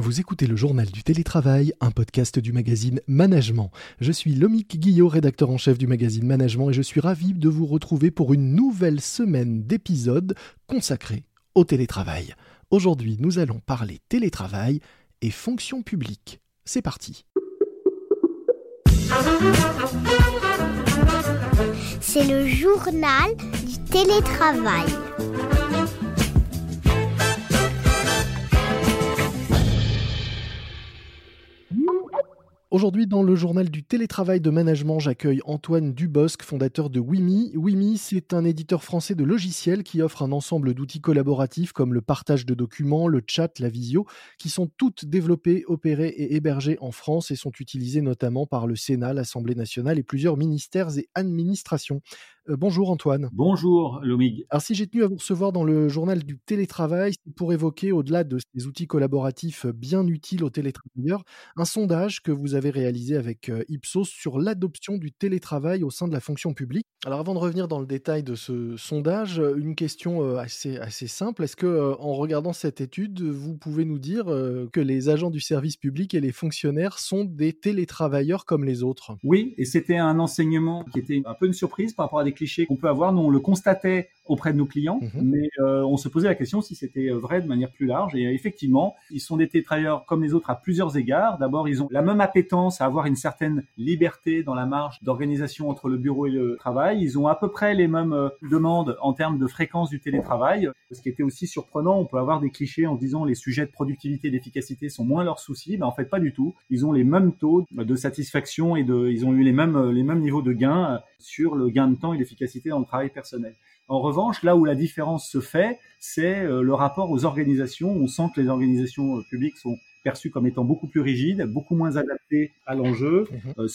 Vous écoutez le journal du télétravail, un podcast du magazine Management. Je suis Lomique Guillot, rédacteur en chef du magazine Management, et je suis ravi de vous retrouver pour une nouvelle semaine d'épisodes consacrés au télétravail. Aujourd'hui, nous allons parler télétravail et fonction publique. C'est parti. C'est le journal du télétravail. Aujourd'hui, dans le journal du télétravail de management, j'accueille Antoine Dubosc, fondateur de Wimi. Wimi, c'est un éditeur français de logiciels qui offre un ensemble d'outils collaboratifs comme le partage de documents, le chat, la visio, qui sont toutes développées, opérées et hébergées en France et sont utilisées notamment par le Sénat, l'Assemblée nationale et plusieurs ministères et administrations. Bonjour Antoine. Bonjour Lomig. Alors si j'ai tenu à vous recevoir dans le journal du télétravail, c'est pour évoquer, au-delà de ces outils collaboratifs bien utiles aux télétravailleurs, un sondage que vous avez réalisé avec Ipsos sur l'adoption du télétravail au sein de la fonction publique. Alors avant de revenir dans le détail de ce sondage, une question assez simple. Est-ce que en regardant cette étude, vous pouvez nous dire que les agents du service public et les fonctionnaires sont des télétravailleurs comme les autres ? Oui, et c'était un enseignement qui était un peu une surprise par rapport à des clichés qu'on peut avoir. Nous, on le constatait auprès de nos clients, mais on se posait la question si c'était vrai de manière plus large. Et effectivement, ils sont des télétravailleurs comme les autres à plusieurs égards. D'abord, ils ont la même appétence à avoir une certaine liberté dans la marge d'organisation entre le bureau et le travail. Ils ont à peu près les mêmes demandes en termes de fréquence du télétravail. Ce qui était aussi surprenant, on peut avoir des clichés en disant les sujets de productivité et d'efficacité sont moins leurs soucis. Ben, en fait, pas du tout. Ils ont les mêmes taux de satisfaction et ils ont eu les mêmes niveaux de gains sur le gain de temps et l'efficacité dans le travail personnel. En revanche, là où la différence se fait, c'est le rapport aux organisations. On sent que les organisations publiques sont perçues comme étant beaucoup plus rigides, beaucoup moins adaptées à l'enjeu.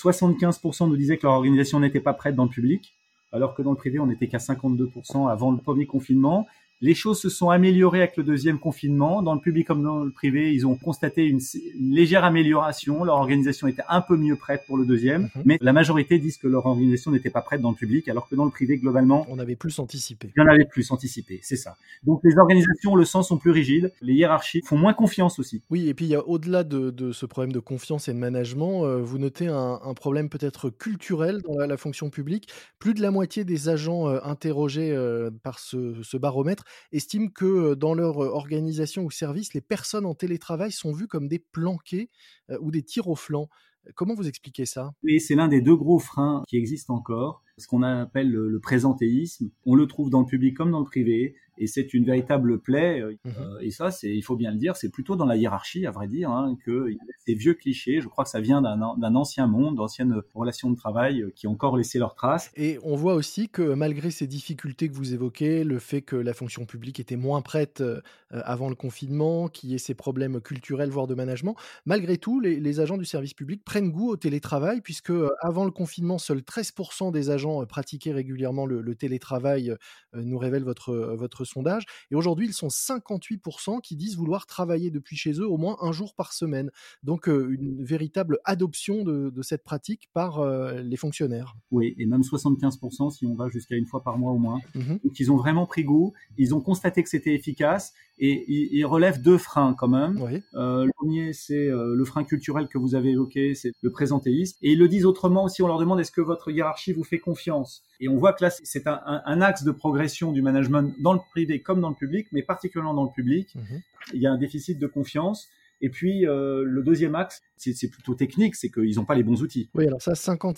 75% nous disaient que leur organisation n'était pas prête dans le public, alors que dans le privé, on n'était qu'à 52% avant le premier confinement. Les choses se sont améliorées avec le deuxième confinement. Dans le public comme dans le privé, ils ont constaté une légère amélioration. Leur organisation était un peu mieux prête pour le deuxième. Mais la majorité disent que leur organisation n'était pas prête dans le public, alors que dans le privé, globalement, on avait plus anticipé. Il y en avait plus anticipé, c'est ça. Donc les organisations, on le sent, sont plus rigides. Les hiérarchies font moins confiance aussi. Oui, et puis il y a au-delà de ce problème de confiance et de management, vous notez un problème peut-être culturel dans la fonction publique. Plus de la moitié des agents interrogés par ce baromètre estiment que dans leur organisation ou service, les personnes en télétravail sont vues comme des planqués ou des tirs au flanc. Comment vous expliquez ça ? Et c'est l'un des deux gros freins qui existent encore, ce qu'on appelle le présentéisme. On le trouve dans le public comme dans le privé, et c'est une véritable plaie. Et ça, il faut bien le dire, c'est plutôt dans la hiérarchie, à vrai dire, que ces vieux clichés. Je crois que ça vient d'un ancien monde, d'anciennes relations de travail qui ont encore laissé leurs traces. Et on voit aussi que malgré ces difficultés que vous évoquez, le fait que la fonction publique était moins prête avant le confinement, qu'il y ait ces problèmes culturels, voire de management, malgré tout, les agents du service public prennent goût au télétravail, puisque avant le confinement, seuls 13% des agents pratiquaient régulièrement le télétravail, nous révèle votre sondage. Et aujourd'hui, ils sont 58% qui disent vouloir travailler depuis chez eux au moins un jour par semaine. Donc, une véritable adoption de cette pratique par les fonctionnaires. Oui, et même 75% si on va jusqu'à une fois par mois au moins. Donc, ils ont vraiment pris goût. Ils ont constaté que c'était efficace. Et ils relèvent deux freins quand même. Oui. Le premier, c'est le frein culturel que vous avez évoqué, c'est le présentéisme. Et ils le disent autrement aussi, on leur demande est-ce que votre hiérarchie vous fait confiance ? Et on voit que là, c'est un axe de progression du management dans le privé comme dans le public, mais particulièrement dans le public. Il y a un déficit de confiance. Et puis, le deuxième axe, c'est plutôt technique, c'est qu'ils n'ont pas les bons outils. Oui, alors ça,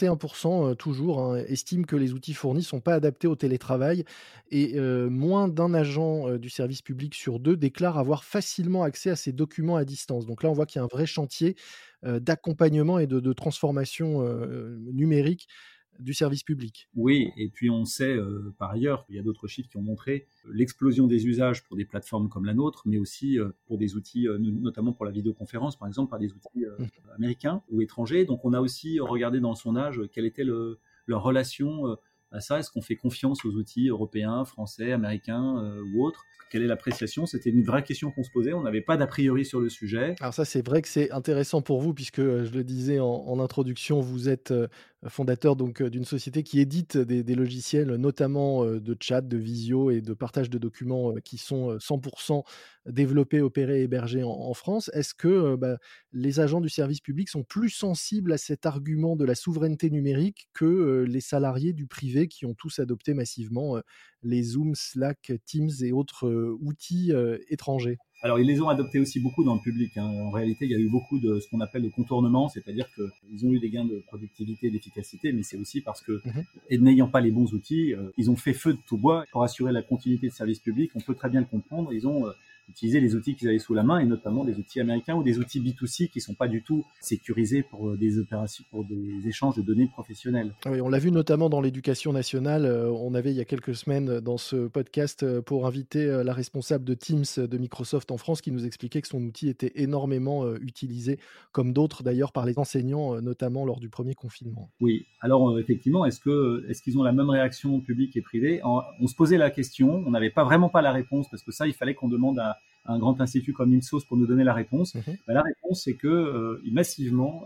51% toujours estiment que les outils fournis ne sont pas adaptés au télétravail et moins d'un agent du service public sur deux déclare avoir facilement accès à ces documents à distance. Donc là, on voit qu'il y a un vrai chantier d'accompagnement et de transformation numérique du service public. Oui, et puis on sait par ailleurs, il y a d'autres chiffres qui ont montré l'explosion des usages pour des plateformes comme la nôtre, mais aussi pour des outils, notamment pour la vidéoconférence, par exemple, par des outils américains ou étrangers. Donc on a aussi regardé dans le sondage quelle était leur relation à ça. Est-ce qu'on fait confiance aux outils européens, français, américains ou autres ? Quelle est l'appréciation ? C'était une vraie question qu'on se posait. On n'avait pas d'a priori sur le sujet. Alors ça, c'est vrai que c'est intéressant pour vous puisque, je le disais en introduction, vous êtes fondateur donc d'une société qui édite des logiciels, notamment de chat, de visio et de partage de documents qui sont 100% développés, opérés, hébergés en France. Est-ce que les agents du service public sont plus sensibles à cet argument de la souveraineté numérique que les salariés du privé qui ont tous adopté massivement les Zoom, Slack, Teams et autres outils étrangers? Alors, ils les ont adoptés aussi beaucoup dans le public, hein. En réalité, il y a eu beaucoup de ce qu'on appelle le contournement, c'est-à-dire qu'ils ont eu des gains de productivité et d'efficacité, mais c'est aussi parce que, et n'ayant pas les bons outils, ils ont fait feu de tout bois pour assurer la continuité de service public. On peut très bien le comprendre. Ils ont utilisé les outils qu'ils avaient sous la main, et notamment des outils américains ou des outils B2C qui sont pas du tout sécurisés pour des opérations, pour des échanges de données professionnels. Oui, on l'a vu notamment dans l'éducation nationale. On avait il y a quelques semaines dans ce podcast pour inviter la responsable de Teams de Microsoft en France qui nous expliquait que son outil était énormément utilisé, comme d'autres d'ailleurs par les enseignants, notamment lors du premier confinement. Oui. Alors effectivement, est-ce qu'ils ont la même réaction publique et privée? On se posait la question, on n'avait vraiment pas la réponse parce que ça, il fallait qu'on demande à un grand institut comme Ipsos pour nous donner la réponse. La réponse, c'est que massivement,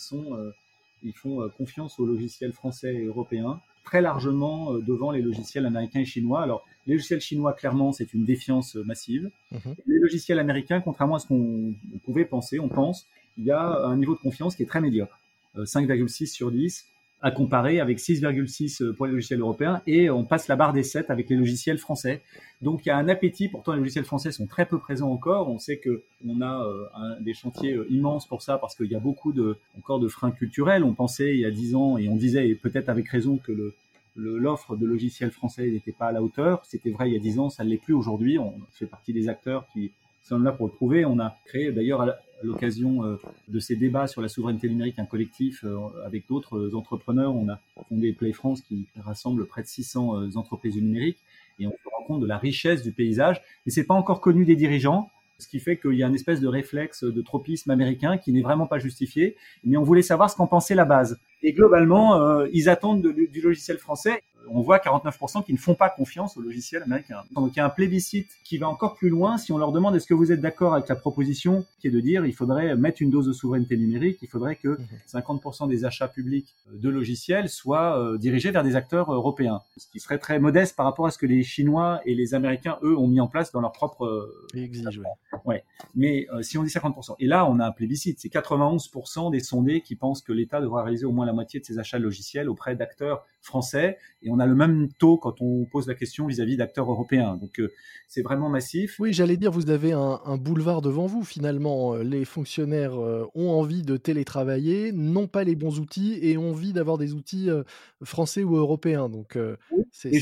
ils font confiance aux logiciels français et européens très largement devant les logiciels américains et chinois. Alors, les logiciels chinois, clairement, c'est une défiance massive. Les logiciels américains, contrairement à ce qu'on pouvait penser, on pense, il y a un niveau de confiance qui est très médiocre. 5,6 sur 10, à comparer avec 6,6 pour les logiciels européens, et on passe la barre des 7 avec les logiciels français. Donc il y a un appétit, pourtant les logiciels français sont très peu présents encore. On sait qu'on a des chantiers immenses pour ça, parce qu'il y a beaucoup encore de freins culturels. On pensait il y a 10 ans, et on disait, et peut-être avec raison, que l'offre de logiciels français n'était pas à la hauteur. C'était vrai il y a 10 ans, ça ne l'est plus aujourd'hui. On fait partie des acteurs qui sont là pour le prouver. On a créé d'ailleurs à l'occasion de ces débats sur la souveraineté numérique un collectif avec d'autres entrepreneurs. On a fondé Play France qui rassemble près de 600 entreprises du numérique, et on se rend compte de la richesse du paysage. Mais c'est pas encore connu des dirigeants, ce qui fait qu'il y a une espèce de réflexe de tropisme américain qui n'est vraiment pas justifié. Mais on voulait savoir ce qu'en pensait la base. Et globalement, ils attendent du logiciel français. On voit 49% qui ne font pas confiance au logiciel américain. Donc il y a un plébiscite qui va encore plus loin si on leur demande est-ce que vous êtes d'accord avec la proposition qui est de dire il faudrait mettre une dose de souveraineté numérique, il faudrait que 50% des achats publics de logiciels soient dirigés vers des acteurs européens. Ce qui serait très modeste par rapport à ce que les Chinois et les Américains, eux, ont mis en place dans leur propre... exige, ouais. Mais si on dit 50%, et là on a un plébiscite, c'est 91% des sondés qui pensent que l'État devra réaliser au moins la moitié de ses achats de logiciels auprès d'acteurs français, et on a le même taux quand on pose la question vis-à-vis d'acteurs européens. Donc c'est vraiment massif. Oui, j'allais dire, vous avez un boulevard devant vous finalement. Les fonctionnaires ont envie de télétravailler, n'ont pas les bons outils et ont envie d'avoir des outils français ou européens. Donc, et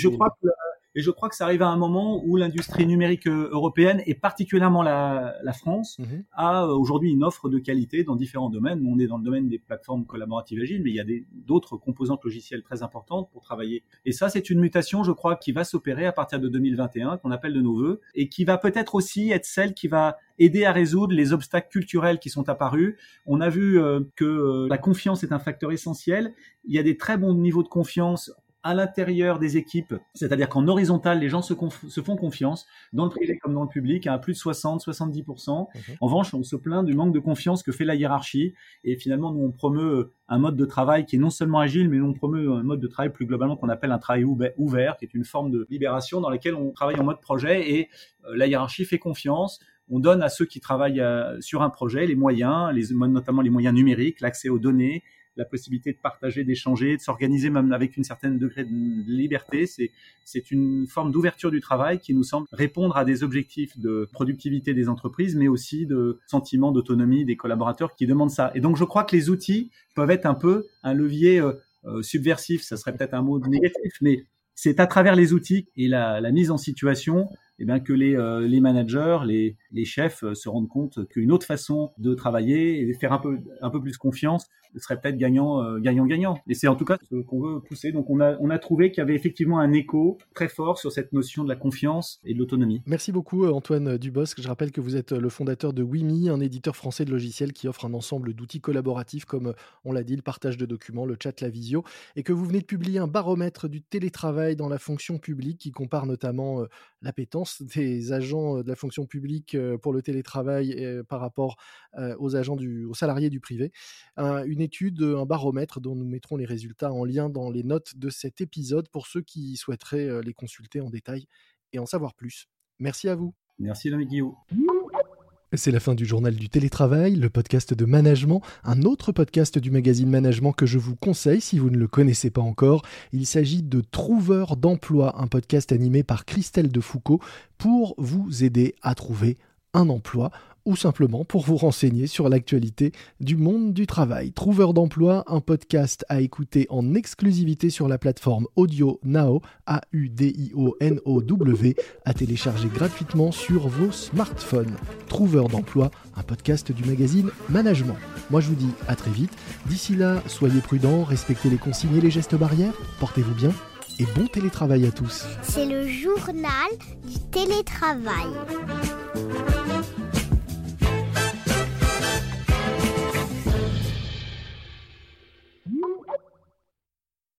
je crois que ça arrive à un moment où l'industrie numérique européenne, et particulièrement la France, a aujourd'hui une offre de qualité dans différents domaines. On est dans le domaine des plateformes collaboratives agiles, mais il y a d'autres composantes logicielles très importantes pour travailler. Et ça, c'est une mutation, je crois, qui va s'opérer à partir de 2021, qu'on appelle de nos voeux, et qui va peut-être aussi être celle qui va aider à résoudre les obstacles culturels qui sont apparus. On a vu que la confiance est un facteur essentiel. Il y a des très bons niveaux de confiance à l'intérieur des équipes, c'est-à-dire qu'en horizontal, les gens se font confiance, dans le privé comme dans le public, à plus de 60-70%. En revanche, on se plaint du manque de confiance que fait la hiérarchie, et finalement, nous, on promeut un mode de travail qui est non seulement agile, mais on promeut un mode de travail plus globalement qu'on appelle un travail ouvert, qui est une forme de libération dans laquelle on travaille en mode projet, et la hiérarchie fait confiance. On donne à ceux qui travaillent sur un projet les moyens, notamment les moyens numériques, l'accès aux données, la possibilité de partager, d'échanger, de s'organiser même avec une certaine degré de liberté. C'est une forme d'ouverture du travail qui nous semble répondre à des objectifs de productivité des entreprises, mais aussi de sentiment d'autonomie des collaborateurs qui demandent ça. Et donc, je crois que les outils peuvent être un peu un levier subversif. Ça serait peut-être un mot négatif, mais c'est à travers les outils et la mise en situation que les managers, les chefs se rendent compte qu'une autre façon de travailler et de faire un peu plus confiance serait peut-être gagnant-gagnant. Et c'est en tout cas ce qu'on veut pousser. Donc on a trouvé qu'il y avait effectivement un écho très fort sur cette notion de la confiance et de l'autonomie. Merci beaucoup Antoine Dubosc. Je rappelle que vous êtes le fondateur de Wimi, un éditeur français de logiciels qui offre un ensemble d'outils collaboratifs comme on l'a dit, le partage de documents, le chat, la visio, et que vous venez de publier un baromètre du télétravail dans la fonction publique qui compare notamment l'appétence des agents de la fonction publique pour le télétravail par rapport aux salariés du privé. Une étude, un baromètre dont nous mettrons les résultats en lien dans les notes de cet épisode pour ceux qui souhaiteraient les consulter en détail et en savoir plus. Merci à vous. Merci l'ami Guillaume. C'est la fin du journal du télétravail, le podcast de management, un autre podcast du magazine Management que je vous conseille si vous ne le connaissez pas encore. Il s'agit de Trouveur d'emploi, un podcast animé par Christelle Defoucauld pour vous aider à trouver un emploi ou simplement pour vous renseigner sur l'actualité du monde du travail. Trouveur d'emploi, un podcast à écouter en exclusivité sur la plateforme AudioNow, AudioNow, à télécharger gratuitement sur vos smartphones. Trouveur d'emploi, un podcast du magazine Management. Moi je vous dis à très vite. D'ici là, soyez prudents, respectez les consignes et les gestes barrières, portez-vous bien et bon télétravail à tous. C'est le journal du télétravail.